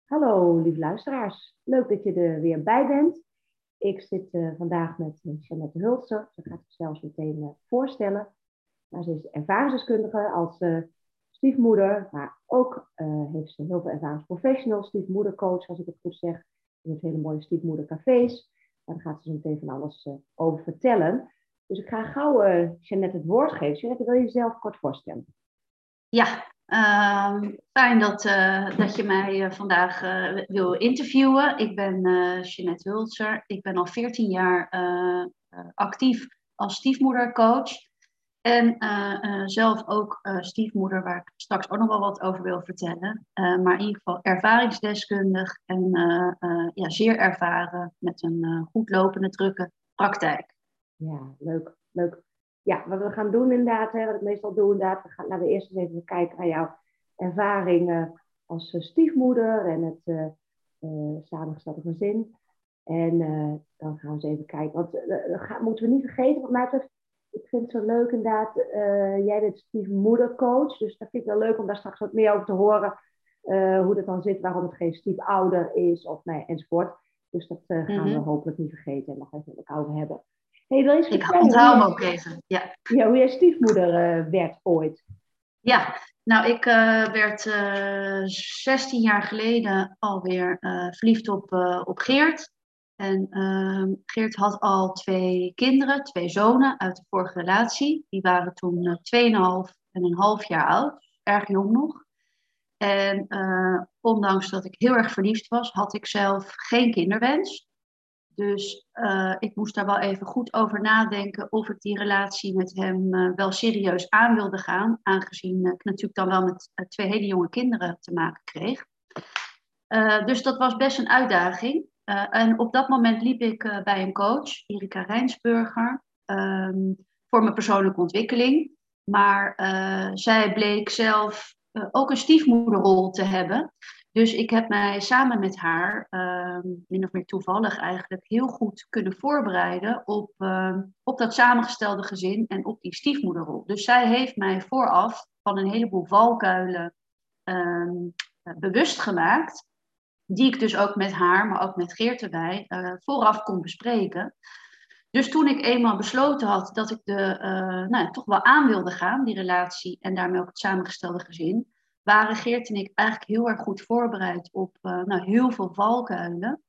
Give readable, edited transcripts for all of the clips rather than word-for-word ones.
Hallo, lieve luisteraars. Leuk dat je er weer bij bent. Ik zit vandaag met Jeanette Hultzer. Ze gaat zichzelf meteen voorstellen. Maar ze is ervaringsdeskundige als stiefmoeder, maar ook heeft ze heel veel ervaring als professional, stiefmoedercoach, als ik het goed zeg. Ze heeft hele mooie stiefmoedercafés. Daar gaat ze zo meteen van alles over vertellen. Dus ik ga gauw Jeanette het woord geven. Jeanette, wil je jezelf kort voorstellen? Ja, fijn dat je mij vandaag wil interviewen. Ik ben Jeanette Hultzer. Ik ben al 14 jaar actief als stiefmoedercoach. En zelf ook stiefmoeder, waar ik straks ook nog wel wat over wil vertellen. Maar in ieder geval ervaringsdeskundig en ja, zeer ervaren met een goed lopende, drukke praktijk. Ja, leuk, leuk. Ja, wat we gaan doen inderdaad, wat ik meestal doe inderdaad, laten we eerst eens even kijken naar jouw ervaring als stiefmoeder en het samengestelde gezin. En dan gaan we eens even kijken, want moeten we niet vergeten, wat mij betreft, ik vind het zo leuk inderdaad, jij bent stiefmoedercoach, dus dat vind ik wel leuk om daar straks wat meer over te horen, hoe dat dan zit, waarom het geen stiefouder is, of nee, enzovoort. Dus dat gaan we Mhm. hopelijk niet vergeten en nog even met elkaar over hebben. Hey, wil je eens Ik vertellen hoe onthoud je, me ook even. Ja. ja, hoe jij stiefmoeder werd ooit? Ja, nou, ik werd 16 jaar geleden alweer verliefd op Geert. En Geert had al twee kinderen, twee zonen uit de vorige relatie. Die waren toen 2,5 en een half jaar oud, erg jong nog. En ondanks dat ik heel erg verliefd was, had ik zelf geen kinderwens. Dus ik moest daar wel even goed over nadenken of ik die relatie met hem wel serieus aan wilde gaan. Aangezien ik natuurlijk dan wel met twee hele jonge kinderen te maken kreeg. Dus dat was best een uitdaging. En op dat moment liep ik bij een coach, Erika Rijnsburger, voor mijn persoonlijke ontwikkeling. Maar zij bleek zelf ook een stiefmoederrol te hebben. Dus ik heb mij samen met haar, min of meer toevallig eigenlijk, heel goed kunnen voorbereiden op dat samengestelde gezin en op die stiefmoederrol. Dus zij heeft mij vooraf van een heleboel valkuilen ehm, bewust gemaakt, die ik dus ook met haar, maar ook met Geert erbij, vooraf kon bespreken. Dus toen ik eenmaal besloten had dat ik nou, toch wel aan wilde gaan, die relatie en daarmee ook het samengestelde gezin, waren Geert en ik eigenlijk heel erg goed voorbereid op nou, heel veel valkuilen.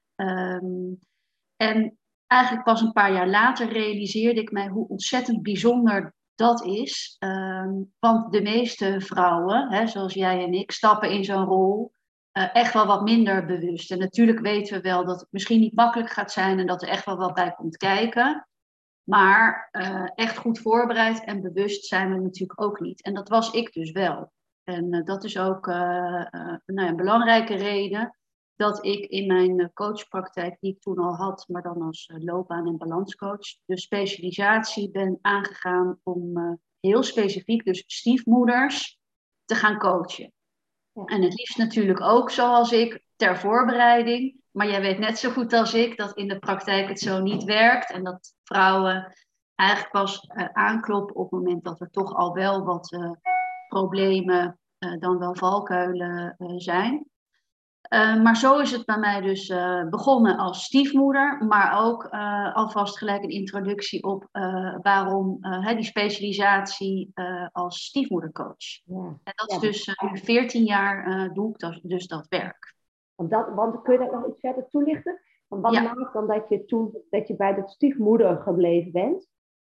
En eigenlijk pas een paar jaar later realiseerde ik mij hoe ontzettend bijzonder dat is. Want de meeste vrouwen, hè, zoals jij en ik, stappen in zo'n rol echt wel wat minder bewust. En natuurlijk weten we wel dat het misschien niet makkelijk gaat zijn en dat er echt wel wat bij komt kijken. Maar echt goed voorbereid en bewust zijn we natuurlijk ook niet. En dat was ik dus wel. En dat is ook nou ja, een belangrijke reden dat ik in mijn coachpraktijk, die ik toen al had, maar dan als loopbaan- en balanscoach, de specialisatie ben aangegaan om heel specifiek dus stiefmoeders te gaan coachen. Ja, En het liefst natuurlijk ook zoals ik ter voorbereiding. Maar jij weet net zo goed als ik dat in de praktijk het zo niet werkt. En dat vrouwen eigenlijk pas aankloppen op het moment dat er toch al wel wat problemen, dan wel valkuilen zijn. Maar zo is het bij mij dus begonnen als stiefmoeder, maar ook alvast gelijk een introductie op waarom die specialisatie als stiefmoedercoach. ja, En dat is ja. dus nu 14 jaar doe ik dus dat werk. Want kun je dat nog iets verder toelichten? Want wat Ja, maakt dan dat je bij de stiefmoeder gebleven bent?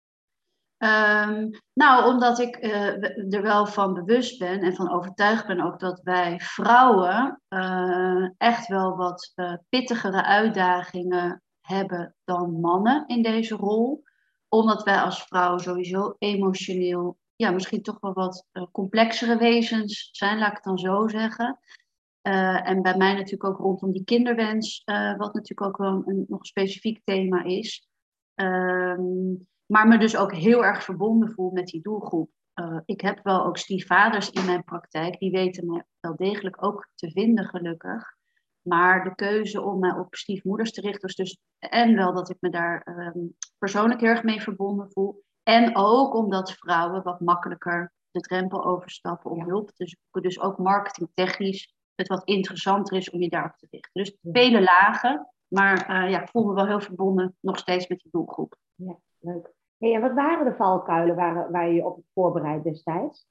nou, omdat ik er wel van bewust ben en van overtuigd ben ook dat wij vrouwen echt wel wat pittigere uitdagingen hebben dan mannen in deze rol. Omdat wij als vrouw sowieso emotioneel, ja, misschien toch wel wat complexere wezens zijn, laat ik het dan zo zeggen. En bij mij natuurlijk ook rondom die kinderwens, wat natuurlijk ook wel een nog specifiek thema is. Ehm, maar me dus ook heel erg verbonden voel met die doelgroep. Ik heb wel ook stiefvaders in mijn praktijk, die weten me wel degelijk ook te vinden, gelukkig. Maar de keuze om mij op stiefmoeders te richten, dus en wel dat ik me daar persoonlijk heel erg mee verbonden voel. En ook omdat vrouwen wat makkelijker de drempel overstappen om Ja, hulp te zoeken. Dus ook marketingtechnisch het wat interessanter is om je daarop te richten. Dus vele lagen, maar ik voel me wel heel verbonden nog steeds met die doelgroep. Ja, leuk. Hey, en wat waren de valkuilen waar je je op voorbereid destijds?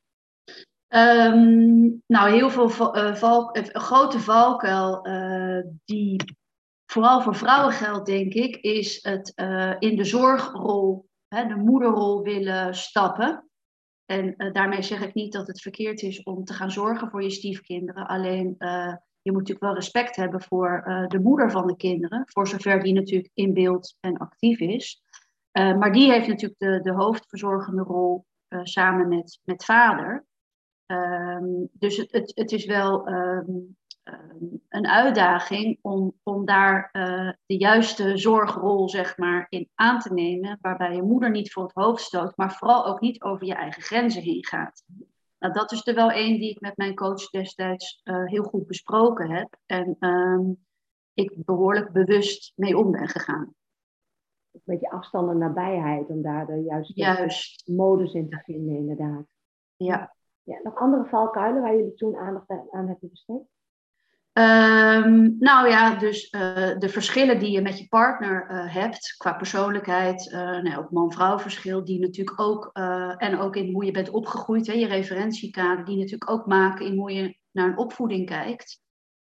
Nou, heel veel grote valkuil die vooral voor vrouwen geldt, denk ik, is het in de zorgrol, de moederrol willen stappen. En daarmee zeg ik niet dat het verkeerd is om te gaan zorgen voor je stiefkinderen. Alleen, je moet natuurlijk wel respect hebben voor de moeder van de kinderen. Voor zover die natuurlijk in beeld en actief is. Maar die heeft natuurlijk de hoofdverzorgende rol samen met vader. Dus het is wel een uitdaging om daar de juiste zorgrol, zeg maar, in aan te nemen. Waarbij je moeder niet voor het hoofd stoot, maar vooral ook niet over je eigen grenzen heen gaat. Nou, dat is er wel één die ik met mijn coach destijds heel goed besproken heb. En ik behoorlijk bewust mee om ben gegaan. Een beetje afstand en nabijheid, om daar de juiste modus in te vinden, inderdaad. Ja. Ja, nog andere valkuilen waar jullie toen aandacht aan hebben besteed? Nou ja, dus de verschillen die je met je partner hebt qua persoonlijkheid, ook man-vrouw verschil, die natuurlijk ook, en ook in hoe je bent opgegroeid, je referentiekader, die natuurlijk ook maken in hoe je naar een opvoeding kijkt.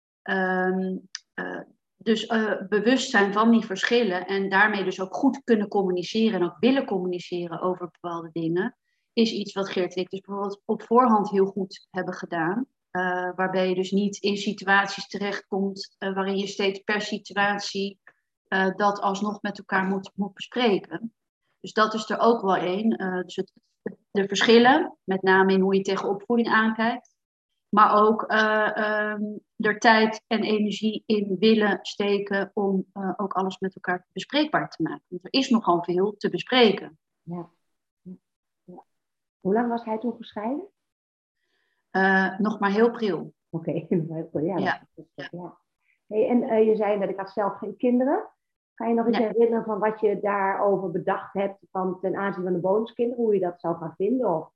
Dus bewust zijn van die verschillen en daarmee dus ook goed kunnen communiceren en ook willen communiceren over bepaalde dingen, is iets wat Geert en ik dus bijvoorbeeld op voorhand heel goed hebben gedaan. Waarbij je dus niet in situaties terechtkomt waarin je steeds per situatie dat alsnog met elkaar moet bespreken. Dus dat is er ook wel één. Dus de verschillen, met name in hoe je tegen opvoeding aankijkt. Maar ook er tijd en energie in willen steken om ook alles met elkaar bespreekbaar te maken. Want er is nogal veel te bespreken. Ja. Hoe lang was hij toen gescheiden? Nog maar heel pril. Oké, ja. Hey, en je zei dat ik had zelf geen kinderen. Ga je nog eens herinneren van wat je daarover bedacht hebt ten aanzien van de bonuskinderen? Hoe je dat zou gaan vinden? Of?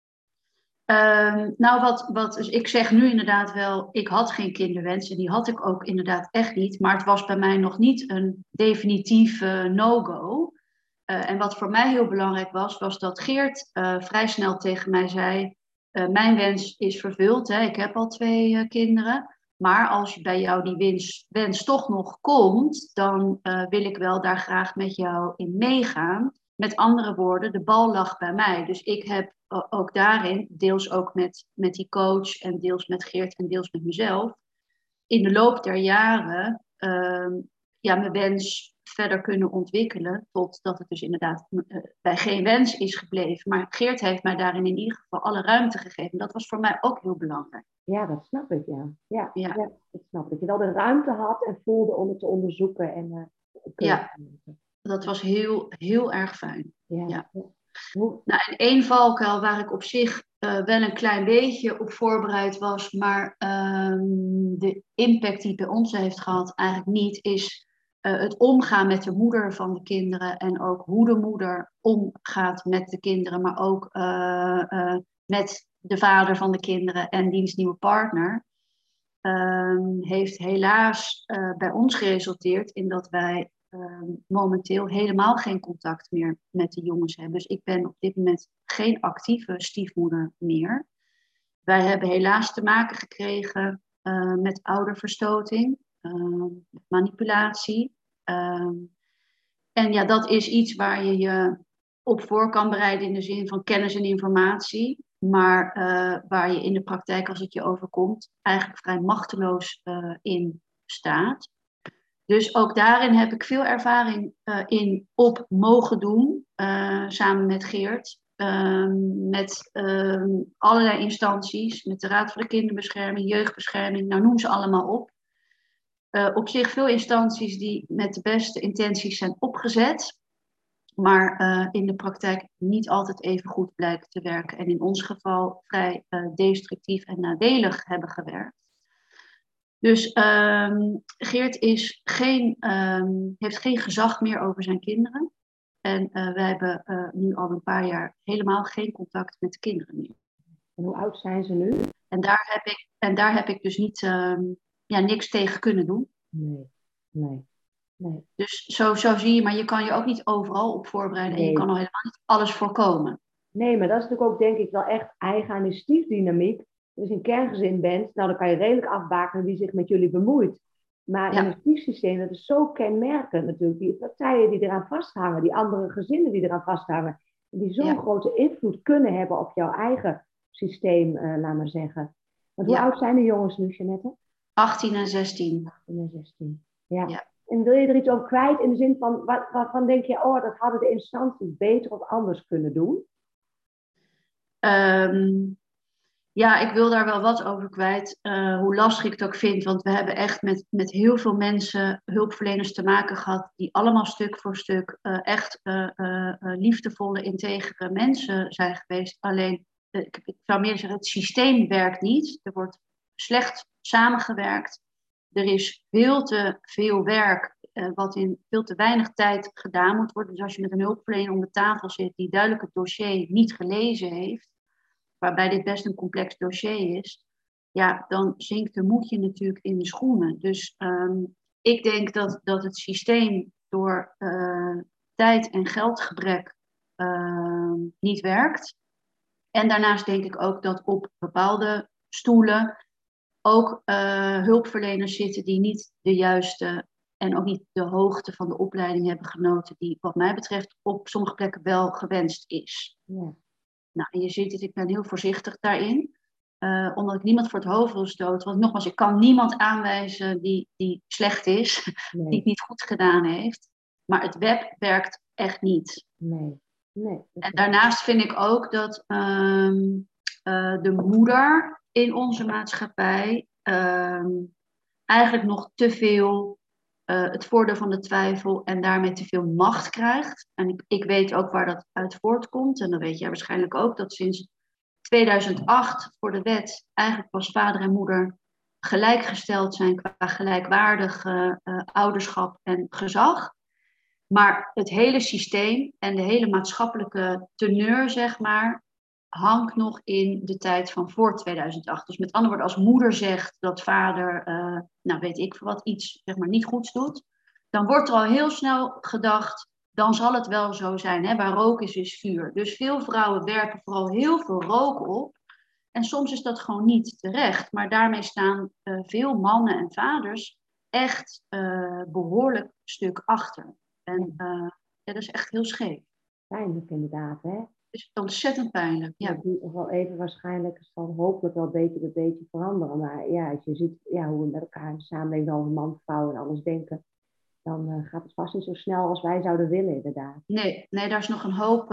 Dus ik zeg nu inderdaad wel, ik had geen kinderwens en die had ik ook inderdaad echt niet. Maar het was bij mij nog niet een definitief no-go. En wat voor mij heel belangrijk was dat Geert vrij snel tegen mij zei, mijn wens is vervuld, ik heb al 2 kinderen. Maar als bij jou die wens toch nog komt, dan wil ik wel daar graag met jou in meegaan. Met andere woorden, de bal lag bij mij. Dus ik heb ook daarin, deels ook met die coach en deels met Geert en deels met mezelf, in de loop der jaren mijn wens verder kunnen ontwikkelen, totdat het dus inderdaad bij geen wens is gebleven. Maar Geert heeft mij daarin in ieder geval alle ruimte gegeven. Dat was voor mij ook heel belangrijk. Ja, dat snap ik, ja, dat snap ik. Dat je wel de ruimte had en voelde om het te onderzoeken. En, dat was heel, heel erg fijn. Ja. Nou, en één valkuil waar ik op zich wel een klein beetje op voorbereid was, maar de impact die het bij ons heeft gehad eigenlijk niet, is het omgaan met de moeder van de kinderen en ook hoe de moeder omgaat met de kinderen, maar ook met de vader van de kinderen en diens nieuwe partner, heeft helaas bij ons geresulteerd in dat wij momenteel helemaal geen contact meer met de jongens hebben. Dus ik ben op dit moment geen actieve stiefmoeder meer. Wij hebben helaas te maken gekregen met ouderverstoting, manipulatie. En ja, dat is iets waar je je op voor kan bereiden in de zin van kennis en informatie. Maar waar je in de praktijk, als het je overkomt, eigenlijk vrij machteloos in staat. Dus ook daarin heb ik veel ervaring in op mogen doen, samen met Geert. Met allerlei instanties, met de Raad voor de Kinderbescherming, Jeugdbescherming, nou noem ze allemaal op. Op zich veel instanties die met de beste intenties zijn opgezet, maar in de praktijk niet altijd even goed blijken te werken. En in ons geval vrij destructief en nadelig hebben gewerkt. Dus Geert heeft geen gezag meer over zijn kinderen. En wij hebben nu al een paar jaar helemaal geen contact met de kinderen meer. En hoe oud zijn ze nu? En daar heb ik dus niet, niks tegen kunnen doen. Nee, nee, nee. Dus zo zie je, maar je kan je ook niet overal op voorbereiden en je Nee. kan al helemaal niet alles voorkomen. Nee, maar dat is natuurlijk ook denk ik wel echt eigen aan de stiefdynamiek. Als je een kerngezin bent, nou dan kan je redelijk afbakenen wie zich met jullie bemoeit. Maar in Ja, het stiefsysteem, dat is zo kenmerkend natuurlijk. Die partijen die eraan vasthangen, die andere gezinnen die eraan vasthangen, die zo'n ja, grote invloed kunnen hebben op jouw eigen systeem, laat maar zeggen. Want hoe ja. oud zijn de jongens nu, Jeannette? 18 en 16. 18 en 16. Ja. Ja. En wil je er iets over kwijt in de zin van, waarvan denk je, oh, dat hadden de instanties beter of anders kunnen doen? Ehm, ja, ik wil daar wel wat over kwijt. Hoe lastig ik het ook vind. Want we hebben echt met heel veel mensen, hulpverleners te maken gehad. Die allemaal stuk voor stuk echt liefdevolle, integere mensen zijn geweest. Alleen, ik zou meer zeggen, het systeem werkt niet. Er wordt slecht samengewerkt. Er is veel te veel werk, wat in veel te weinig tijd gedaan moet worden. Dus als je met een hulpverlener om de tafel zit die duidelijk het dossier niet gelezen heeft, waarbij dit best een complex dossier is, ja, dan zinkt de moedje natuurlijk in de schoenen. Dus ik denk dat het systeem door tijd- en geldgebrek niet werkt. En daarnaast denk ik ook dat op bepaalde stoelen ook hulpverleners zitten die niet de juiste en ook niet de hoogte van de opleiding hebben genoten, die wat mij betreft op sommige plekken wel gewenst is. Ja. Nou, en je ziet het, ik ben heel voorzichtig daarin. Omdat ik niemand voor het hoofd wil stoten. Want nogmaals, ik kan niemand aanwijzen die slecht is, die Nee, het niet goed gedaan heeft. Maar het web werkt echt niet. nee, nee. En daarnaast vind ik ook dat de moeder in onze maatschappij eigenlijk nog te veel het voordeel van de twijfel en daarmee te veel macht krijgt. En ik weet ook waar dat uit voortkomt. En dan weet jij waarschijnlijk ook dat sinds 2008 voor de wet eigenlijk pas vader en moeder gelijkgesteld zijn qua gelijkwaardig ouderschap en gezag. Maar het hele systeem en de hele maatschappelijke teneur, zeg maar, hangt nog in de tijd van voor 2008. Dus met andere woorden, als moeder zegt dat vader, nou weet ik wat, iets zeg maar niet goeds doet, dan wordt er al heel snel gedacht, dan zal het wel zo zijn. Hè? Waar rook is vuur. Dus veel vrouwen werpen vooral heel veel rook op. En soms is dat gewoon niet terecht. Maar daarmee staan veel mannen en vaders echt behoorlijk stuk achter. En ja, dat is echt heel scheef. pijnlijk inderdaad, hè? Het is ontzettend pijnlijk. Ja. Dat duurt nog wel even waarschijnlijk. Het zal hopelijk wel beetje bij beetje veranderen. Maar ja, als je ziet ja, hoe we met elkaar in de samenleving over man, vrouw en alles denken, dan gaat het vast niet zo snel als wij zouden willen, inderdaad. Nee, daar is nog een hoop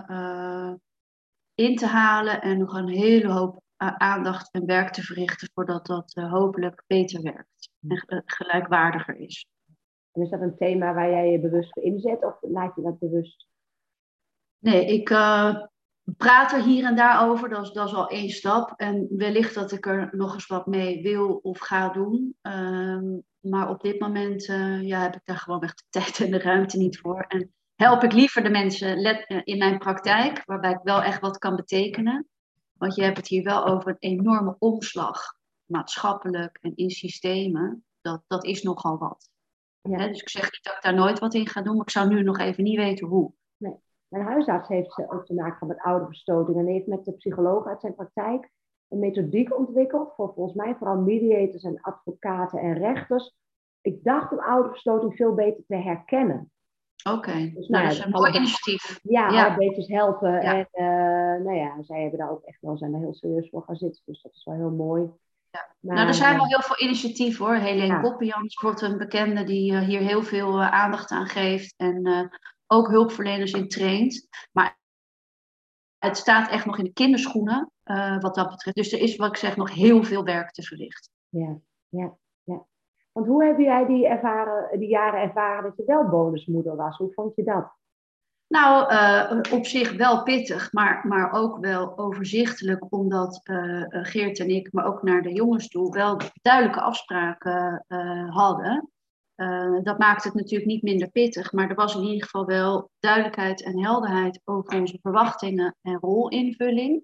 in te halen en nog een hele hoop aandacht en werk te verrichten voordat dat hopelijk beter werkt en gelijkwaardiger is. En is dat een thema waar jij je bewust voor inzet of laat je dat bewust? Nee, ik praat er hier en daar over. Dat is al één stap. En wellicht dat ik er nog eens wat mee wil of ga doen. Maar op dit moment heb ik daar gewoon echt de tijd en de ruimte niet voor. En help ik liever de mensen in mijn praktijk, waarbij ik wel echt wat kan betekenen. Want je hebt het hier wel over een enorme omslag, maatschappelijk en in systemen. Dat is nogal wat. Ja. Dus ik zeg niet dat ik daar nooit wat in ga doen, maar ik zou nu nog even niet weten hoe. Nee. Mijn huisarts heeft ook te maken gehad met ouderverstoting en heeft met de psycholoog uit zijn praktijk een methodiek ontwikkeld voor volgens mij vooral mediators en advocaten en rechters. Ik dacht om ouderverstoting veel beter te herkennen. Oké, Dus, dat is een mooi initiatief. Ja, al beetjes helpen. Ja. En nou ja, zij hebben daar ook echt wel, zijn daar heel serieus voor gaan zitten. Dus dat is wel heel mooi. Ja. Maar, Nou, er zijn wel heel veel initiatieven hoor. Helene ja. Koppian is bijvoorbeeld een bekende die hier heel veel aandacht aan geeft. En ook hulpverleners in traint. Maar het staat echt nog in de kinderschoenen wat dat betreft. Dus er is, wat ik zeg, nog heel veel werk te verrichten. Ja, ja, ja. Want hoe heb jij die jaren ervaren dat je wel bonusmoeder was? Hoe vond je dat? Nou, op zich wel pittig, maar ook wel overzichtelijk, omdat Geert en ik, maar ook naar de jongens toe, wel duidelijke afspraken hadden. Dat maakt het natuurlijk niet minder pittig, maar er was in ieder geval wel duidelijkheid en helderheid over onze verwachtingen en rolinvulling.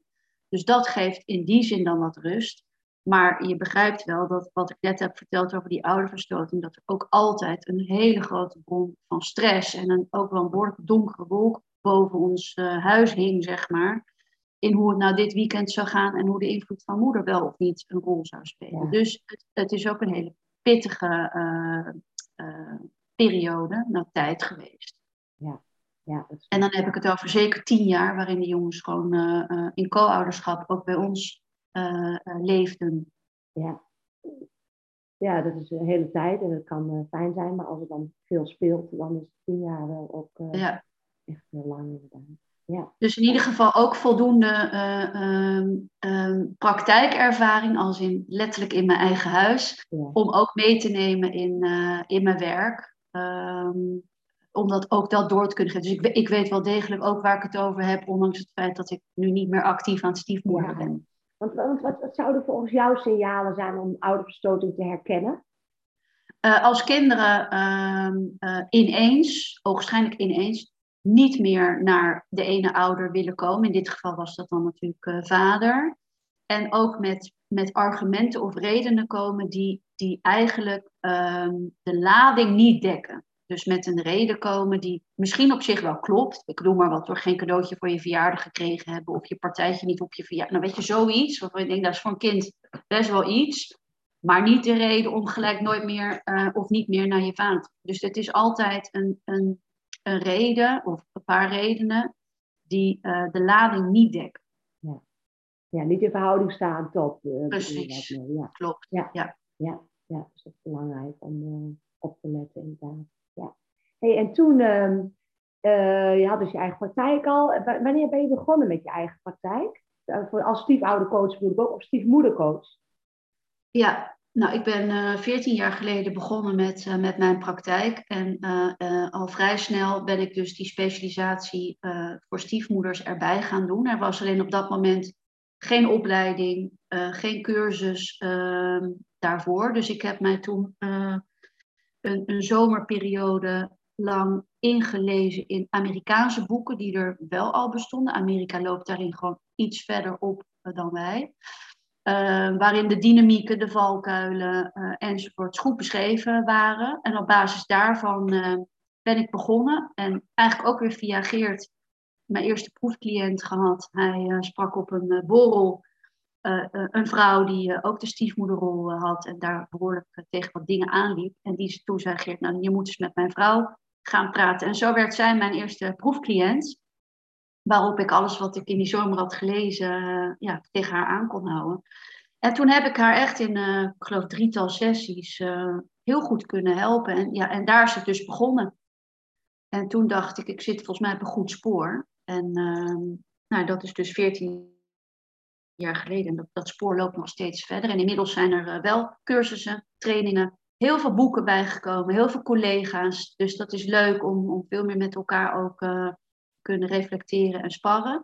Dus dat geeft in die zin dan wat rust. Maar je begrijpt wel dat wat ik net heb verteld over die ouderverstoting, dat er ook altijd een hele grote bron van stress en ook wel een behoorlijk donkere wolk boven ons huis hing, zeg maar. In hoe het nou dit weekend zou gaan en hoe de invloed van moeder wel of niet een rol zou spelen. Ja. Dus het is ook een hele pittige periode, tijd geweest. Ja. Ja, en dan heb ik het over zeker 10 jaar, waarin de jongens gewoon in co-ouderschap ook bij ons leefden. Ja. Ja, dat is een hele tijd en dat kan fijn zijn, maar als er dan veel speelt, dan is 10 jaar wel ook echt heel lang inderdaad. Ja. Dus in ieder geval ook voldoende praktijkervaring, als in letterlijk in mijn eigen huis, om ook mee te nemen in mijn werk. Om dat door te kunnen geven. Dus ik weet wel degelijk ook waar ik het over heb, ondanks het feit dat ik nu niet meer actief aan het stiefmoeder ben. Want wat zouden volgens jou signalen zijn om ouderverstoting te herkennen? Als kinderen ogenschijnlijk ineens, niet meer naar de ene ouder willen komen. In dit geval was dat dan natuurlijk vader. En ook met argumenten of redenen komen die eigenlijk de lading niet dekken. Dus met een reden komen die misschien op zich wel klopt. Ik noem maar wat, door geen cadeautje voor je verjaardag gekregen hebben. Of je partijtje niet op je verjaardag. Nou weet je, zoiets. Waarvan je denkt, dat is voor een kind best wel iets. Maar niet de reden om gelijk nooit meer of niet meer naar je vader. Dus het is altijd een reden of een paar redenen die de lading niet dekken. Ja, niet in verhouding staan tot. Precies, ja. Klopt. Ja, dus dat is belangrijk om op te letten inderdaad. Ja. Hey, en toen, je had dus je eigen praktijk al. Wanneer ben je begonnen met je eigen praktijk? Als stiefoudercoach bedoel ik ook, of stiefmoedercoach? Ja, nou ik ben 14 jaar geleden begonnen met mijn praktijk. En al vrij snel ben ik dus die specialisatie voor stiefmoeders erbij gaan doen. Er was alleen op dat moment geen opleiding, geen cursus daarvoor. Dus ik heb mij toen een zomerperiode lang ingelezen in Amerikaanse boeken die er wel al bestonden. Amerika loopt daarin gewoon iets verder op dan wij. Waarin de dynamieken, de valkuilen enzovoort goed beschreven waren. En op basis daarvan ben ik begonnen. En eigenlijk ook weer via Geert mijn eerste proefcliënt gehad. Hij sprak op een borrel een vrouw die ook de stiefmoederrol had en daar behoorlijk tegen wat dingen aanliep. En toen zei Geert, nou je moet eens met mijn vrouw gaan praten. En zo werd zij mijn eerste proefcliënt. Waarop ik alles wat ik in die zomer had gelezen tegen haar aan kon houden. En toen heb ik haar echt in, ik geloof 3-tal sessies heel goed kunnen helpen. En daar is het dus begonnen. En toen dacht ik zit volgens mij op een goed spoor. En dat is dus 14 jaar geleden. En dat spoor loopt nog steeds verder. En inmiddels zijn er wel cursussen, trainingen, heel veel boeken bijgekomen, heel veel collega's. Dus dat is leuk om veel meer met elkaar ook kunnen reflecteren en sparren.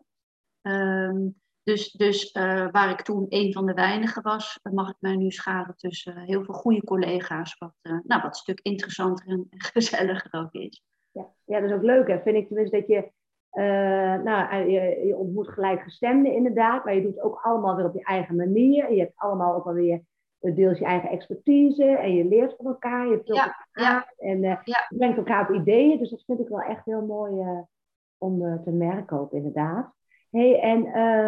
Dus waar ik toen een van de weinigen was, mag ik mij nu scharen tussen heel veel goede collega's, wat een stuk interessanter en gezelliger ook is. Ja, dat is ook leuk, hè? Vind ik tenminste dat je, je ontmoet gelijkgestemden inderdaad, maar je doet het ook allemaal weer op je eigen manier. En je hebt allemaal ook alweer deels je eigen expertise en je leert van elkaar, je vult elkaar aan en je brengt elkaar op ideeën. Dus dat vind ik wel echt heel mooi om te merken ook inderdaad. Hey, en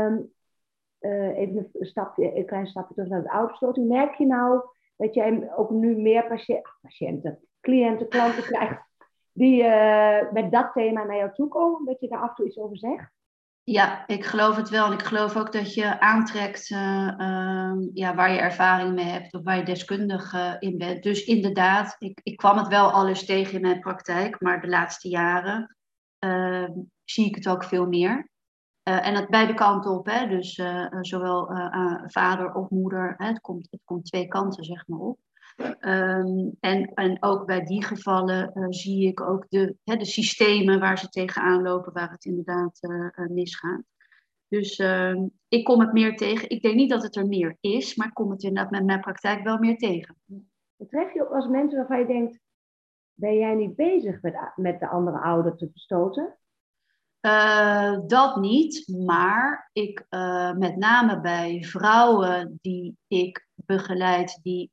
even een klein stapje terug naar de ouderverstoting. Merk je nou dat jij ook nu meer cliënten, klanten krijgt die met dat thema naar jou toe komen? Dat je daar af en toe iets over zegt? Ja, ik geloof het wel. En ik geloof ook dat je aantrekt waar je ervaring mee hebt of waar je deskundig in bent. Dus inderdaad, ik kwam het wel al eens tegen in mijn praktijk, maar de laatste jaren zie ik het ook veel meer. En dat beide kanten op, hè? Dus zowel vader of moeder, hè? Het komt twee kanten zeg maar op. En ook bij die gevallen zie ik ook de systemen waar ze tegenaan lopen, waar het inderdaad misgaat. Dus ik kom het meer tegen. Ik denk niet dat het er meer is, maar ik kom het inderdaad met mijn praktijk wel meer tegen. Betref je ook als mensen waarvan je denkt, ben jij niet bezig met de andere ouder te verstoten? Dat niet, maar ik met name bij vrouwen die ik begeleid die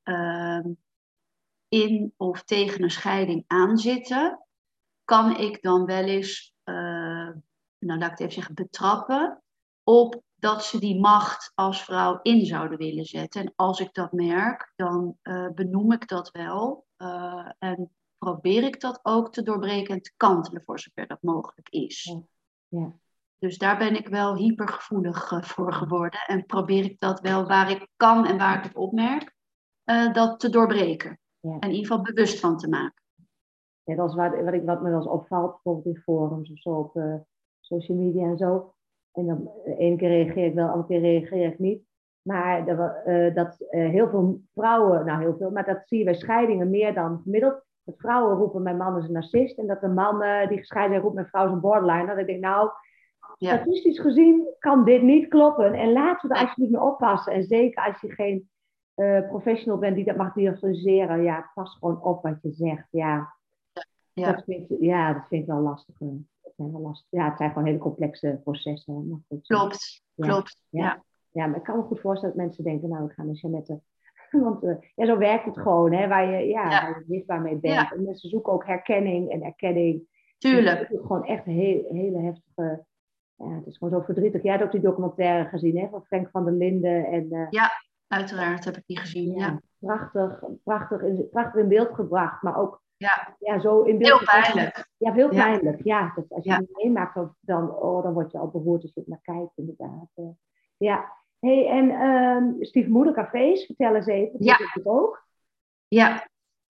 in of tegen een scheiding aanzitten, kan ik dan wel eens, nou laat ik het even zeggen, betrappen op dat ze die macht als vrouw in zouden willen zetten. En als ik dat merk, dan benoem ik dat wel en probeer ik dat ook te doorbreken en te kantelen voor zover dat mogelijk is. Ja. Dus daar ben ik wel hypergevoelig voor geworden en probeer ik dat wel waar ik kan en waar ik het opmerk, dat te doorbreken. Ja. En in ieder geval bewust van te maken. Ja, dat is wat me wel eens opvalt, bijvoorbeeld in forums of zo op social media en zo. En dan de ene keer reageer ik wel, de andere keer reageer ik niet. Maar dat heel veel vrouwen, nou heel veel, maar dat zie je bij scheidingen meer dan gemiddeld. Dat vrouwen roepen mijn man is een narcist. En dat een man die gescheiden is roept mijn vrouw is een borderline. Dat ik denk, nou, statistisch gezien kan dit niet kloppen. En laten we er alsjeblieft mee oppassen. En zeker als je geen professional bent die dat mag diagnosticeren. Ja, pas gewoon op wat je zegt. Ja. Dat vind ik wel lastig. Ja, het zijn gewoon hele complexe processen. Maar goed, klopt. Ja, maar ik kan me goed voorstellen dat mensen denken, nou, ik ga naar Jeannette. Want zo werkt het gewoon, hè, waar je zichtbaar mee bent. Ja. En mensen zoeken ook herkenning en erkenning. Tuurlijk. Het is gewoon echt een hele heftige... Ja, het is gewoon zo verdrietig. Jij hebt ook die documentaire gezien, hè, van Frank van der Linden. En, ja, uiteraard heb ik die gezien, ja. Prachtig in beeld gebracht, maar ook zo in beeld. Heel pijnlijk. Ja, heel pijnlijk. Ja, dat als je het meemaakt, dan word je al beroerd als je het naar kijkt, inderdaad. Ja. Hey, en stiefmoedercafés, vertel eens even. Ja. Is het ook? Ja.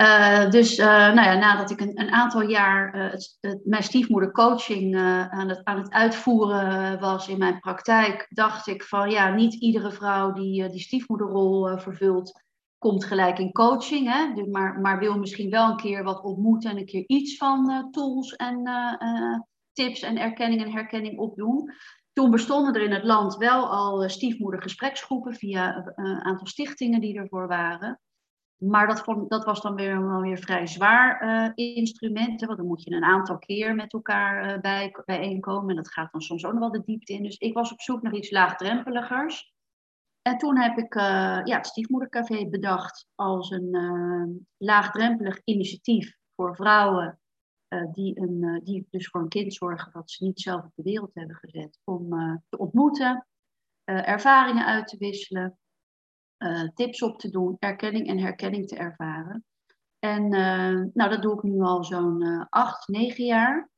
Nadat ik een aantal jaar mijn stiefmoedercoaching aan het uitvoeren was in mijn praktijk, dacht ik van ja, niet iedere vrouw die stiefmoederrol vervult, komt gelijk in coaching. Hè? Dus maar wil misschien wel een keer wat ontmoeten en een keer iets van tools en tips en erkenning en herkenning opdoen. Toen bestonden er in het land wel al stiefmoedergespreksgroepen via een aantal stichtingen die ervoor waren. Maar dat was dan weer vrij zwaar instrument. Want dan moet je een aantal keer met elkaar bijeenkomen. En dat gaat dan soms ook nog wel de diepte in. Dus ik was op zoek naar iets laagdrempeligers. En toen heb ik het Stiefmoedercafé bedacht als een laagdrempelig initiatief voor vrouwen die dus voor een kind zorgen dat ze niet zelf op de wereld hebben gezet. Om te ontmoeten, ervaringen uit te wisselen. Tips op te doen, erkenning en herkenning te ervaren. En dat doe ik nu al zo'n 8, 9 jaar.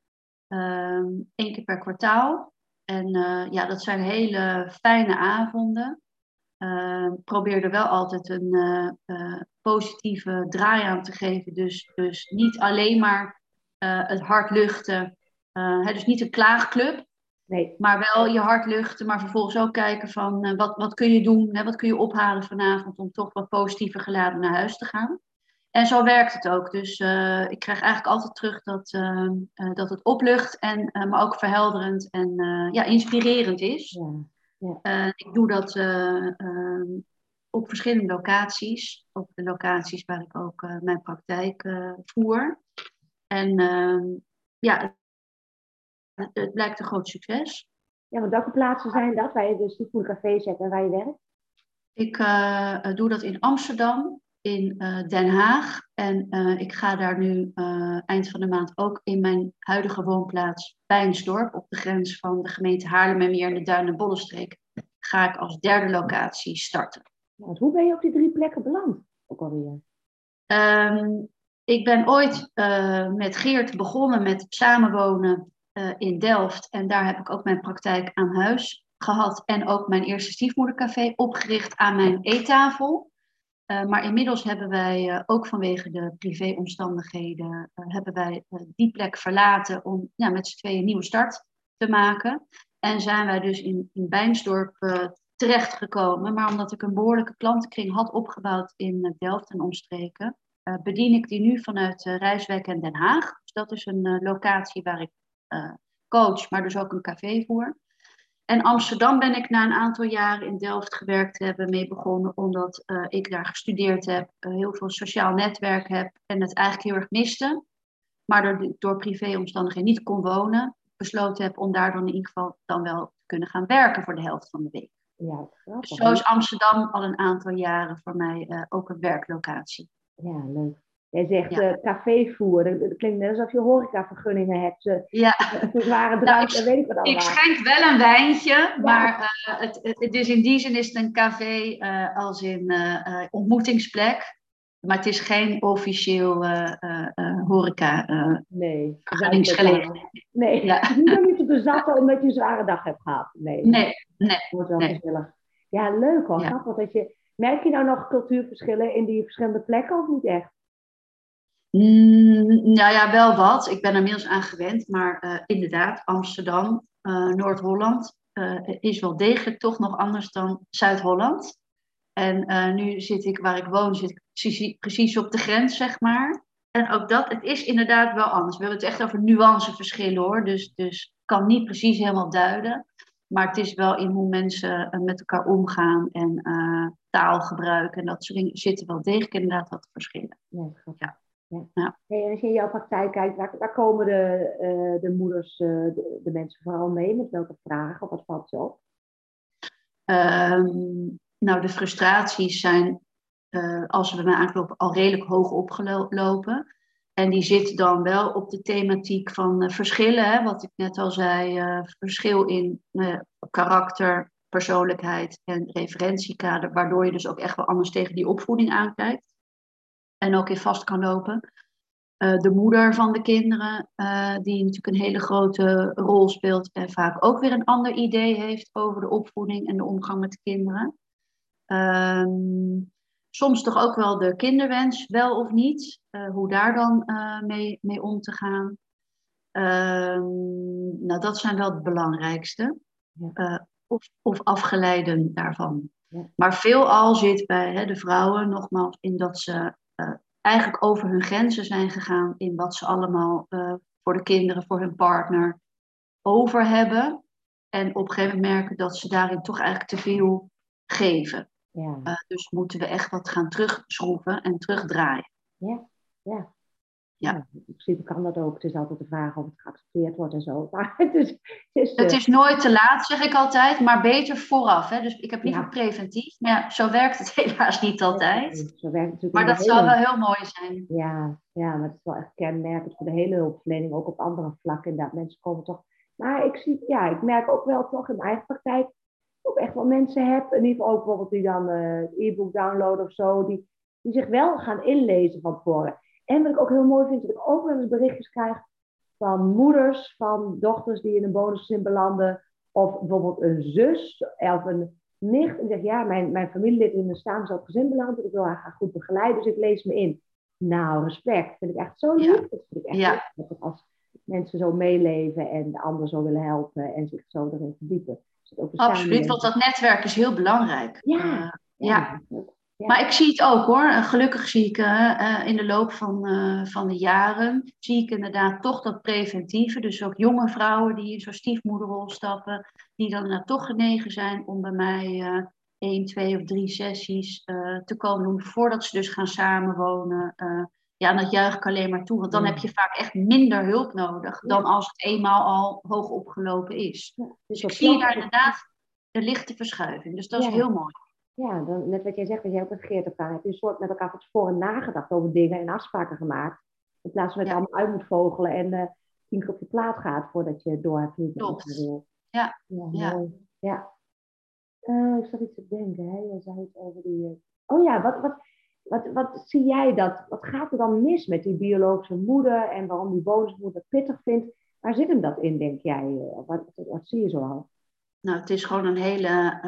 1 keer per kwartaal. En dat zijn hele fijne avonden. Probeer er wel altijd een positieve draai aan te geven. Dus niet alleen maar het hart luchten. Dus niet een klaagclub. Nee. Maar wel je hart luchten, maar vervolgens ook kijken van wat kun je doen, wat kun je ophalen vanavond om toch wat positiever geladen naar huis te gaan. En zo werkt het ook. Dus ik krijg eigenlijk altijd terug dat het oplucht, maar ook verhelderend en inspirerend is. Ja. Ik doe dat op verschillende locaties. Op de locaties waar ik ook mijn praktijk voer. En het blijkt een groot succes. Ja, want welke plaatsen zijn dat waar je dus stiefmoedercafé zet en waar je werkt? Ik doe dat in Amsterdam, in Den Haag. En ik ga daar nu eind van de maand ook in mijn huidige woonplaats Bijnsdorp, op de grens van de gemeente Haarlemmermeer en de Duin- en Bollenstreek, ga ik als 3e locatie starten. Want hoe ben je op die 3 plekken beland? Ook alweer. Ik ben ooit met Geert begonnen met samenwonen in Delft. En daar heb ik ook mijn praktijk aan huis gehad. En ook mijn eerste stiefmoedercafé opgericht aan mijn eettafel. Maar inmiddels hebben wij ook vanwege de privéomstandigheden hebben wij die plek verlaten om met z'n tweeën een nieuwe start te maken. En zijn wij dus in Bijnsdorp terechtgekomen. Maar omdat ik een behoorlijke klantenkring had opgebouwd in Delft en omstreken, bedien ik die nu vanuit Rijswijk en Den Haag. Dus dat is een locatie waar ik coach, maar dus ook een café voer. En Amsterdam ben ik na een aantal jaren in Delft gewerkt te hebben mee begonnen, omdat ik daar gestudeerd heb, heel veel sociaal netwerk heb en het eigenlijk heel erg miste. Maar door privéomstandigheden niet kon wonen. besloten heb om daar dan in ieder geval dan wel te kunnen gaan werken voor de helft van de week. Ja, Dus grappig. zo is Amsterdam al een aantal jaren voor mij ook een werklocatie. Ja, leuk. Jij zegt Ja. cafévoer. Dat klinkt net alsof je horecavergunningen hebt. Ja. Zware Nou, drank, weet ik wat ik allemaal. schenk wel een wijntje, Ja. maar dus in die zin is het een café als in ontmoetingsplek. Maar het is geen officieel horeca Nee, vergunningsgelegenheid. Nee, Ja. niet om je te bezatten omdat je een zware dag hebt gehad. Nee, Nee, het wordt wel nee. gezellig. Ja, leuk hoor. Ja. Grappig dat je... Merk je nou nog cultuurverschillen in die verschillende plekken of niet echt? Nou ja, wel wat. Ik ben er inmiddels aan gewend. Maar inderdaad, Amsterdam, Noord-Holland is wel degelijk toch nog anders dan Zuid-Holland. En nu zit ik waar ik woon, zit ik precies op de grens, zeg maar. En ook dat, het is inderdaad wel anders. We hebben het echt over nuanceverschillen hoor. Dus ik kan niet precies helemaal duiden. Maar het is wel in hoe mensen met elkaar omgaan en taalgebruik en dat soort dingen zitten wel degelijk inderdaad wat verschillen. Ja, grappig. Ja. Ja. Ja. Hey, en als je in jouw praktijk kijkt, waar komen de moeders, de mensen vooral mee? Met welke vragen? Of wat valt je op? Nou, de frustraties zijn, als we bij mij aankloppen, al redelijk hoog opgelopen. En die zit dan wel op de thematiek van verschillen. Hè, wat ik net al zei, verschil in karakter, persoonlijkheid en referentiekader. Waardoor je dus ook echt wel anders tegen die opvoeding aankijkt. En ook in vast kan lopen. De moeder van de kinderen, die natuurlijk een hele grote rol speelt. En vaak ook weer een ander idee heeft over de opvoeding en de omgang met de kinderen. Soms toch ook wel de kinderwens, wel of niet. Hoe daar dan mee om te gaan. Nou, dat zijn wel het belangrijkste. Ja. Of afgeleiden daarvan. Ja. Maar veelal zit bij de vrouwen nogmaals in dat ze eigenlijk over hun grenzen zijn gegaan in wat ze allemaal voor de kinderen, voor hun partner over hebben. En op een gegeven moment merken dat ze daarin toch eigenlijk te veel geven. Ja. Dus moeten we echt wat gaan terugschroeven en terugdraaien. Ja. Ja. Ja. Ja, in principe kan dat ook. Het is altijd de vraag of het geaccepteerd wordt en zo. Maar Het is nooit te laat, zeg ik altijd, maar beter vooraf. Hè? Dus ik heb liever ja, preventief. Maar ja, zo werkt het helaas niet altijd. zo werkt het natuurlijk Maar in de dat zou wel hele... heel mooi zijn. Ja, maar het is wel echt kenmerkend voor de hele hulpverlening, ook op andere vlakken. Inderdaad, mensen komen toch... Maar ik merk ook wel toch in mijn eigen praktijk, ook echt wel mensen heb, in ieder geval ook bijvoorbeeld die dan het e-book downloaden of zo, die zich wel gaan inlezen van tevoren. En wat ik ook heel mooi vind, dat ik ook wel eens berichtjes krijg van moeders, van dochters die in een bonusgezin belanden, of bijvoorbeeld een zus of een nicht, en zegt, ja, mijn familielid in een samengesteld gezin belandt, ik wil haar graag goed begeleiden, dus ik lees me in. Nou, respect, vind ik echt zo lief. Ja. Dat vind ik echt Ja. leuk, als mensen zo meeleven en de ander zo willen helpen en zich zo erin verdiepen. Dus ook de Absoluut, want dat netwerk is heel belangrijk. ja. Ja. Ja. Maar ik zie het ook hoor. Gelukkig zie ik in de loop van de jaren, zie ik inderdaad toch dat preventieve. Dus ook jonge vrouwen die in zo'n stiefmoederrol stappen, die dan toch genegen zijn om bij mij 1, 2 of 3 sessies te komen doen voordat ze dus gaan samenwonen. Ja, en dat juich ik alleen maar toe, want dan heb je vaak echt minder hulp nodig dan als het eenmaal al hoog opgelopen is. Ja, Dus ik zie daar inderdaad een lichte verschuiving. Dus dat is heel mooi. Ja, dan, net wat jij zegt, wat jij ook met Geert hebt gedaan, heb je een soort met elkaar van tevoren nagedacht over dingen en afspraken gemaakt. In plaats van dat je allemaal uit moet vogelen en 10 keer op je plaat gaat voordat je door hebt hoe je het wil. Ja. Mooi. Ja. Ik zat iets te denken, hè? Je zei iets over die... Oh ja, wat zie jij wat gaat er dan mis met die biologische moeder en waarom die bonusmoeder pittig vindt? Waar zit hem dat in, denk jij? Wat zie je zo al? Nou, het is gewoon een hele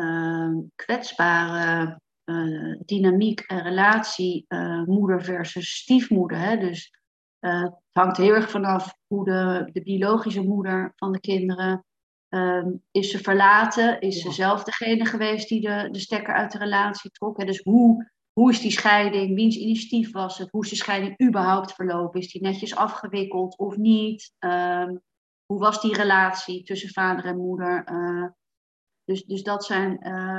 kwetsbare dynamiek en relatie, moeder versus stiefmoeder. Hè? Dus het hangt heel erg vanaf hoe de biologische moeder van de kinderen is ze verlaten, is ze zelf degene geweest die de stekker uit de relatie trok. Hè? Dus hoe is die scheiding, wiens initiatief was het, hoe is de scheiding überhaupt verlopen, is die netjes afgewikkeld of niet? Hoe was die relatie tussen vader en moeder? Dus dat zijn,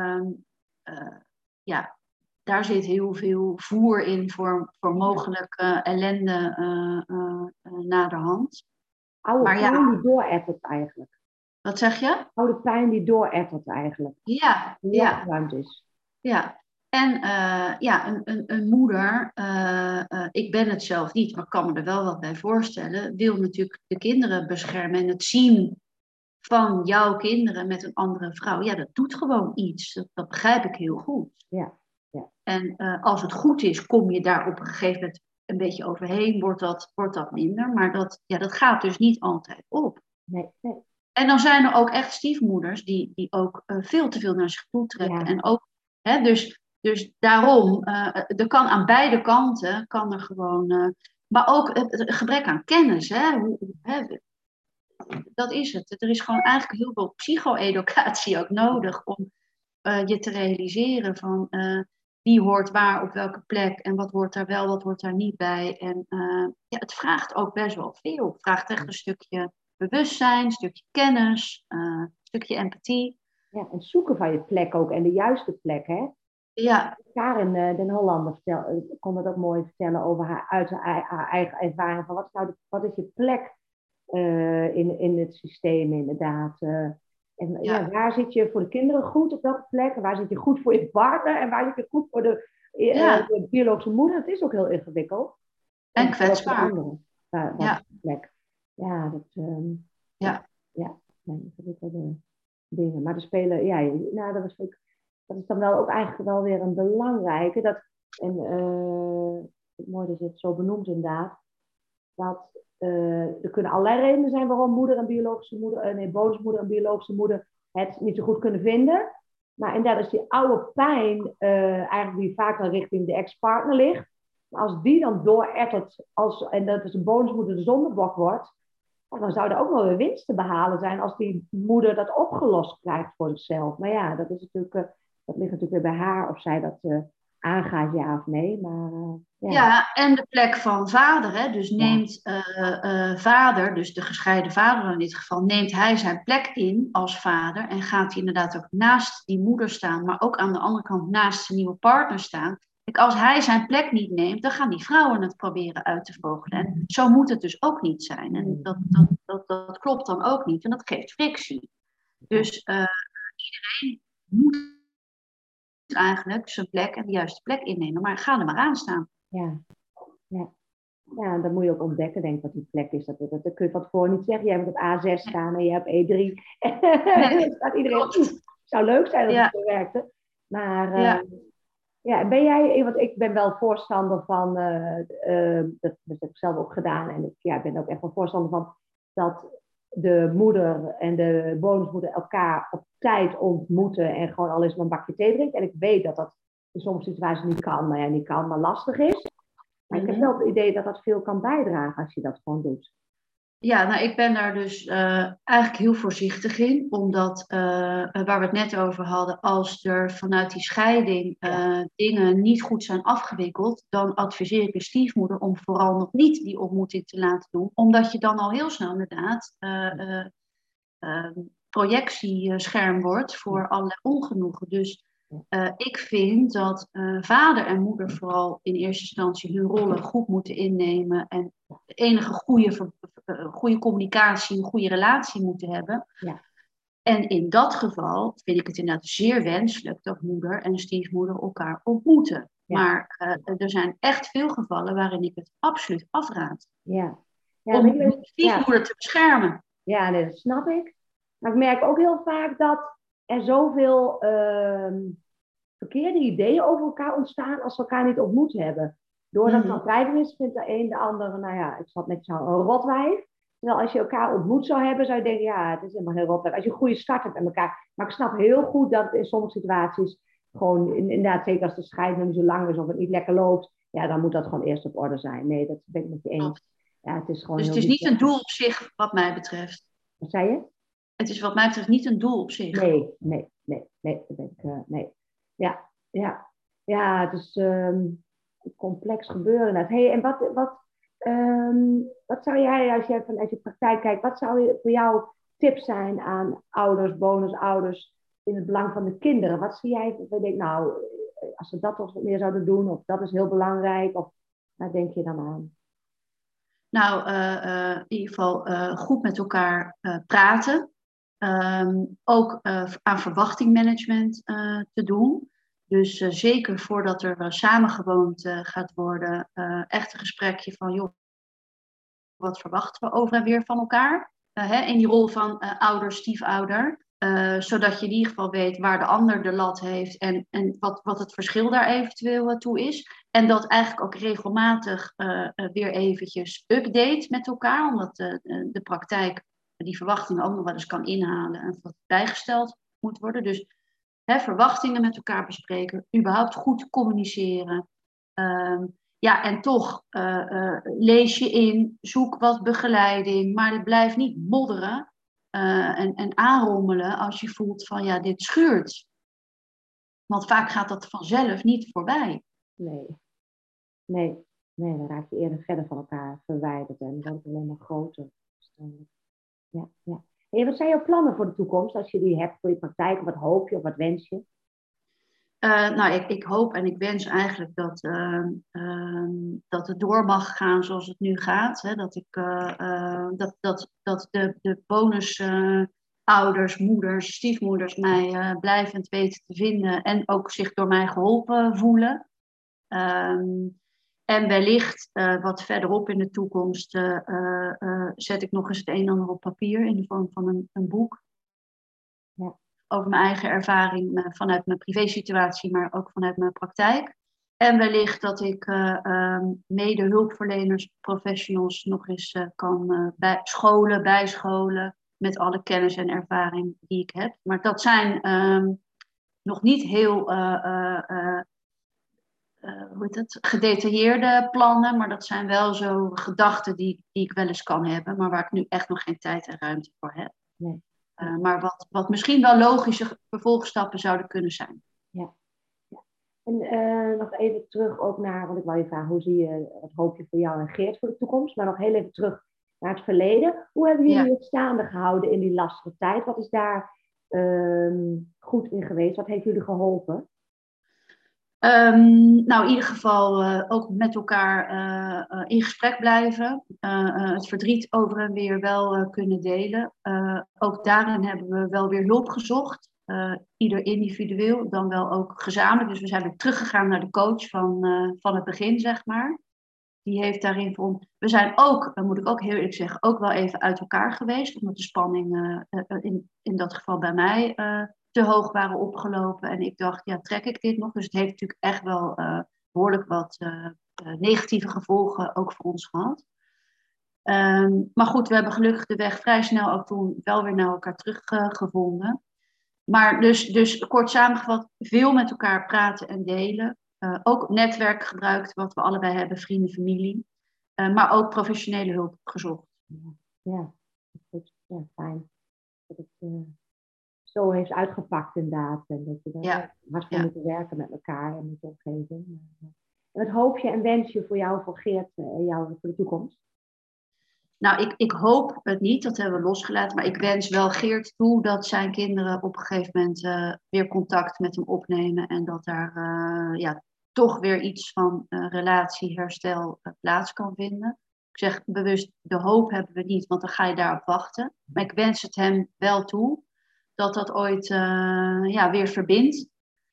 daar zit heel veel voer in voor mogelijke ellende naderhand. Oude Maar ja, pijn die doorettert eigenlijk. wat zeg je? Oude pijn die doorettert eigenlijk. Ja, Die niet ja, opgeruimd is. ja. En ja, een moeder, ik ben het zelf niet, maar ik kan me er wel wat bij voorstellen, wil natuurlijk de kinderen beschermen en het zien van jouw kinderen met een andere vrouw. Ja, dat doet gewoon iets. Dat begrijp ik heel goed. Ja, ja. En als het goed is, kom je daar op een gegeven moment een beetje overheen, wordt dat minder. Maar dat gaat dus niet altijd op. Nee, nee. En dan zijn er ook echt stiefmoeders die ook veel te veel naar zich toe trekken. Ja, En ook, hè, dus daarom, er kan aan beide kanten, kan er gewoon, maar ook het gebrek aan kennis, hè, hè, dat is het. Er is gewoon eigenlijk heel veel psycho-educatie ook nodig om je te realiseren van wie hoort waar op welke plek en wat hoort daar wel, wat hoort daar niet bij. En ja, het vraagt ook best wel veel. Het vraagt echt een stukje bewustzijn, een stukje kennis, een stukje empathie. ja, en zoeken van je plek ook en de juiste plek, hè? Ja, Karen Den Hollander kon het ook mooi vertellen over haar eigen ervaring. Van wat is je plek in het systeem inderdaad? En ja, ja. waar zit je voor de kinderen goed op welke plek? En waar zit je goed voor je partner? En waar zit je goed voor Ja, de biologische moeder? Het is ook heel ingewikkeld. en En ook voor de kwetsbaar. anderen. Waar is Ja, de plek? Ja, ja, ja, ja, ingewikkelde dingen. Maar er spelen, ja, nou, dat is dan wel ook eigenlijk wel weer een belangrijke. En mooi dat je het zo benoemt inderdaad. Dat er kunnen allerlei redenen zijn waarom moeder en biologische moeder, nee, bonusmoeder en biologische moeder het niet zo goed kunnen vinden. Maar inderdaad is die oude pijn eigenlijk die vaak dan richting de ex-partner ligt. Maar als die dan doorettert, en dat is een bonusmoeder de zondebok wordt, dan zou er ook wel weer winst te behalen zijn als die moeder dat opgelost krijgt voor zichzelf. Maar ja, dat is natuurlijk, dat ligt natuurlijk weer bij haar of zij dat aangaat, ja of nee. Maar ja, ja, en de plek van vader. Hè? Dus ja, neemt vader, dus de gescheiden vader in dit geval, neemt hij zijn plek in als vader en gaat hij inderdaad ook naast die moeder staan, maar ook aan de andere kant naast zijn nieuwe partner staan. Kijk, als hij zijn plek niet neemt, dan gaan die vrouwen het proberen uit te vogelen. En zo moet het dus ook niet zijn. En nee, dat klopt dan ook niet. En dat geeft frictie. ja, Dus iedereen moet eigenlijk zijn plek en de juiste plek innemen. Maar ga er maar aan staan. ja, ja. Ja, en dan moet je ook ontdekken, denk ik, wat die plek is. Dat kun je van tevoren niet zeggen. Jij hebt op A6 staan en je hebt E3. Nee, Dan staat iedereen, klopt. het zou leuk zijn als het Ja, zo werkte. Maar ja. ja, ben jij, want ik ben wel voorstander van, dat heb ik zelf ook gedaan. En ik ben ook echt wel voorstander van dat de moeder en de bonusmoeder elkaar op tijd ontmoeten en gewoon al eens maar een bakje thee drinken. En ik weet dat dat in sommige situaties niet kan, maar ja, niet kan, maar lastig is. Maar ik heb wel het idee dat dat veel kan bijdragen als je dat gewoon doet. Ja, nou, ik ben daar dus eigenlijk heel voorzichtig in, omdat waar we het net over hadden, als er vanuit die scheiding Ja, dingen niet goed zijn afgewikkeld, dan adviseer ik de stiefmoeder om vooral nog niet die ontmoeting te laten doen, omdat je dan al heel snel inderdaad projectiescherm wordt ja, voor allerlei ongenoegen. Dus ja, ik vind dat vader en moeder vooral in eerste instantie hun rollen goed moeten innemen en de enige goede communicatie, een goede relatie moeten hebben. ja, En in dat geval vind ik het inderdaad zeer wenselijk dat moeder en stiefmoeder elkaar ontmoeten. ja, Maar er zijn echt veel gevallen waarin ik het absoluut afraad. ja. Ja, weet Om je, de ja, stiefmoeder te beschermen. ja, nee, dat snap ik. Maar ik merk ook heel vaak dat er zoveel verkeerde ideeën over elkaar ontstaan als ze elkaar niet ontmoet hebben. Doordat Mhm. van wrijving is, vindt de een de ander, nou ja, ik zat net zo, een rotwijf. Terwijl als je elkaar ontmoet zou hebben, zou je denken, ja, het is helemaal heel rotwijf. Als je een goede start hebt met elkaar. Maar ik snap heel goed dat het in sommige situaties gewoon, inderdaad, zeker als de scheiding niet zo lang is of het niet lekker loopt, ja, dan moet dat gewoon eerst op orde zijn. Nee, dat ben ik met je eens. Klopt. Ja, het is gewoon Dus het heel is lief. niet een doel op zich, wat mij betreft. Wat zei je? Het is wat mij betreft niet een doel op zich. Nee, dat denk ik, nee. Ja, ja, ja, het is een complex gebeuren. Inderdaad. Hey, en wat zou jij, als je vanuit je praktijk kijkt, wat zou voor jou tips zijn aan ouders, bonusouders, in het belang van de kinderen? Wat zie jij, ik denk, nou, als we dat toch wat meer zouden doen, of dat is heel belangrijk, of waar denk je dan aan? Nou, in ieder geval goed met elkaar praten. Ook aan verwachtingmanagement te doen. Dus zeker voordat er samengewoond gaat worden, echt een gesprekje van, joh, wat verwachten we over en weer van elkaar? In die rol van ouder, stiefouder. Zodat je in ieder geval weet waar de ander de lat heeft en wat het verschil daar eventueel toe is. En dat eigenlijk ook regelmatig weer eventjes update met elkaar. Omdat de praktijk die verwachtingen ook nog wel eens kan inhalen en wat bijgesteld moet worden. Dus verwachtingen met elkaar bespreken, überhaupt goed communiceren. Ja, en toch lees je in, zoek wat begeleiding, maar blijf niet modderen en aanrommelen als je voelt van ja, dit schuurt. Want vaak gaat dat vanzelf niet voorbij. Nee, dan raak je eerder verder van elkaar verwijderd en dan wordt het alleen maar groter. Ja. En wat zijn jouw plannen voor de toekomst als je die hebt voor je praktijk? Of wat hoop je of wat wens je? Nou, ik hoop en ik wens eigenlijk dat het door mag gaan zoals het nu gaat. Hè? Dat de bonusouders, moeders, stiefmoeders mij blijvend weten te vinden en ook zich door mij geholpen voelen. En wellicht wat verderop in de toekomst zet ik nog eens het een en ander op papier in de vorm van een boek. Ja. Over mijn eigen ervaring vanuit mijn privésituatie, maar ook vanuit mijn praktijk. En wellicht dat ik mede hulpverleners, professionals nog eens kan bijscholen met alle kennis en ervaring die ik heb. Maar dat zijn nog niet heel gedetailleerde plannen, maar dat zijn wel zo gedachten die ik wel eens kan hebben, maar waar ik nu echt nog geen tijd en ruimte voor heb. Nee. Maar wat misschien wel logische vervolgstappen zouden kunnen zijn. Ja. En nog even terug ook naar, want ik wou je vragen, hoe zie je, wat hoop je voor jou en Geert voor de toekomst? Maar nog heel even terug naar het verleden. Hoe hebben jullie het staande gehouden in die lastige tijd? Wat is daar goed in geweest? Wat heeft jullie geholpen? Nou, in ieder geval ook met elkaar in gesprek blijven. Het verdriet over en weer wel kunnen delen. Ook daarin hebben we wel weer hulp gezocht. Ieder individueel, dan wel ook gezamenlijk. Dus we zijn weer teruggegaan naar de coach van het begin, zeg maar. Die heeft daarin voor ons... We zijn ook, dat moet ik ook heel eerlijk zeggen, ook wel even uit elkaar geweest. Omdat de spanning in dat geval bij mij... te hoog waren opgelopen. En ik dacht, ja, trek ik dit nog? Dus het heeft natuurlijk echt wel behoorlijk wat negatieve gevolgen ook voor ons gehad. Maar goed, we hebben gelukkig de weg vrij snel ook toen wel weer naar elkaar teruggevonden. Maar dus kort samengevat, veel met elkaar praten en delen. Ook netwerk gebruikt, wat we allebei hebben, vrienden, familie. Maar ook professionele hulp gezocht. Ja, fijn. Dat het zo heeft uitgepakt inderdaad. En dat je daar hard voor moet werken met elkaar en met de omgeving. En wat hoop je en wens je voor jou, voor Geert en jou voor de toekomst? Nou, ik hoop het niet, dat hebben we losgelaten. Maar ik wens wel Geert toe dat zijn kinderen op een gegeven moment weer contact met hem opnemen. En dat daar toch weer iets van relatieherstel plaats kan vinden. Ik zeg bewust, de hoop hebben we niet, want dan ga je daarop wachten. Maar ik wens het hem wel toe dat dat ooit weer verbindt.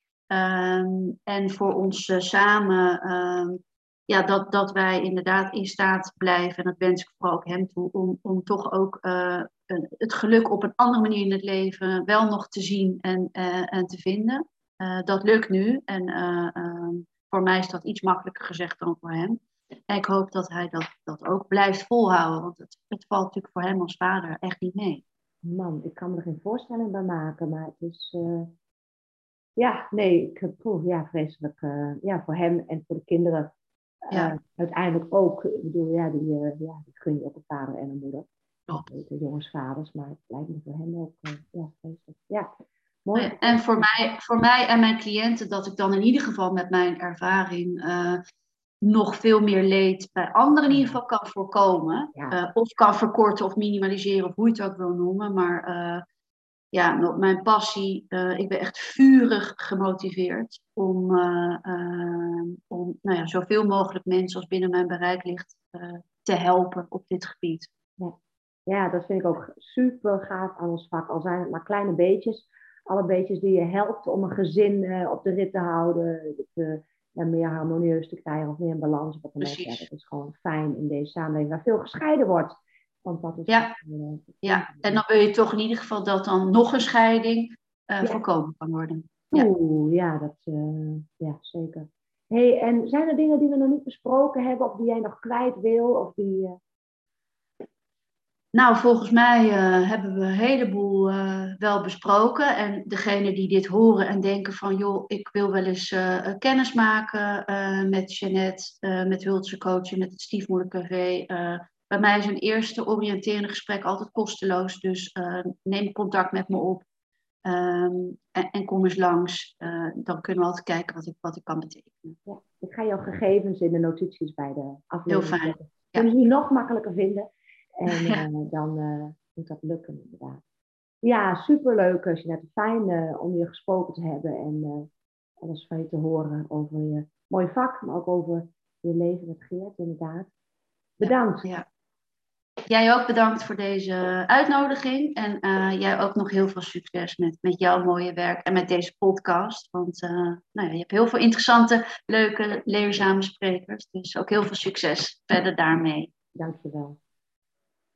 En voor ons samen... dat wij inderdaad in staat blijven, en dat wens ik vooral ook hem toe, om toch ook het geluk op een andere manier in het leven wel nog te zien en te vinden. Dat lukt nu en voor mij is dat iets makkelijker gezegd dan voor hem. En ik hoop dat hij dat ook blijft volhouden, want het valt natuurlijk voor hem als vader echt niet mee. Man, ik kan me er geen voorstelling bij maken, maar het is... vreselijk. Voor hem en voor de kinderen. Uiteindelijk ook, ik bedoel, die gun je ook een vader en een moeder. De jongensvaders, maar het lijkt me voor hem ook, vreselijk. Ja, mooi. En voor mij en mijn cliënten, dat ik dan in ieder geval met mijn ervaring nog veel meer leed bij anderen in ieder geval kan voorkomen. Ja. Of kan verkorten of minimaliseren, of hoe je het ook wil noemen. Maar mijn passie, ik ben echt vurig gemotiveerd om zoveel mogelijk mensen als binnen mijn bereik ligt te helpen op dit gebied. Ja, dat vind ik ook super gaaf aan ons vak. Al zijn het maar kleine beetjes. Alle beetjes die je helpt om een gezin op de rit te houden. Meer harmonieus te krijgen of meer in balans. Wat dan ook. Ja, dat is gewoon fijn in deze samenleving waar veel gescheiden wordt. Want dat is ja, en dan wil je toch in ieder geval dat dan nog een scheiding voorkomen kan worden. Ja, zeker. Hey, en zijn er dingen die we nog niet besproken hebben of die jij nog kwijt wil? Of die, Nou, volgens mij hebben we een heleboel wel besproken. En degene die dit horen en denken van... joh, ik wil wel eens kennis maken met Jeanette, met Hultse Coaching, met het Stiefmoedercafé. Bij mij is een eerste oriënterende gesprek altijd kosteloos. Dus neem contact met me op en kom eens langs. Dan kunnen we altijd kijken wat ik kan betekenen. Ja, ik ga jouw gegevens in de notities bij de aflevering Heel fijn. zetten. Kunnen jullie nog makkelijker vinden. En dan moet dat lukken inderdaad. Ja, superleuk Jeanette. Fijn om je gesproken te hebben en alles van je te horen over je mooi vak, maar ook over je leven met Geert inderdaad. Bedankt. Ja. Jij ook bedankt voor deze uitnodiging en jij ook nog heel veel succes met jouw mooie werk en met deze podcast. Want je hebt heel veel interessante, leuke, leerzame sprekers. Dus ook heel veel succes verder daarmee. Dankjewel.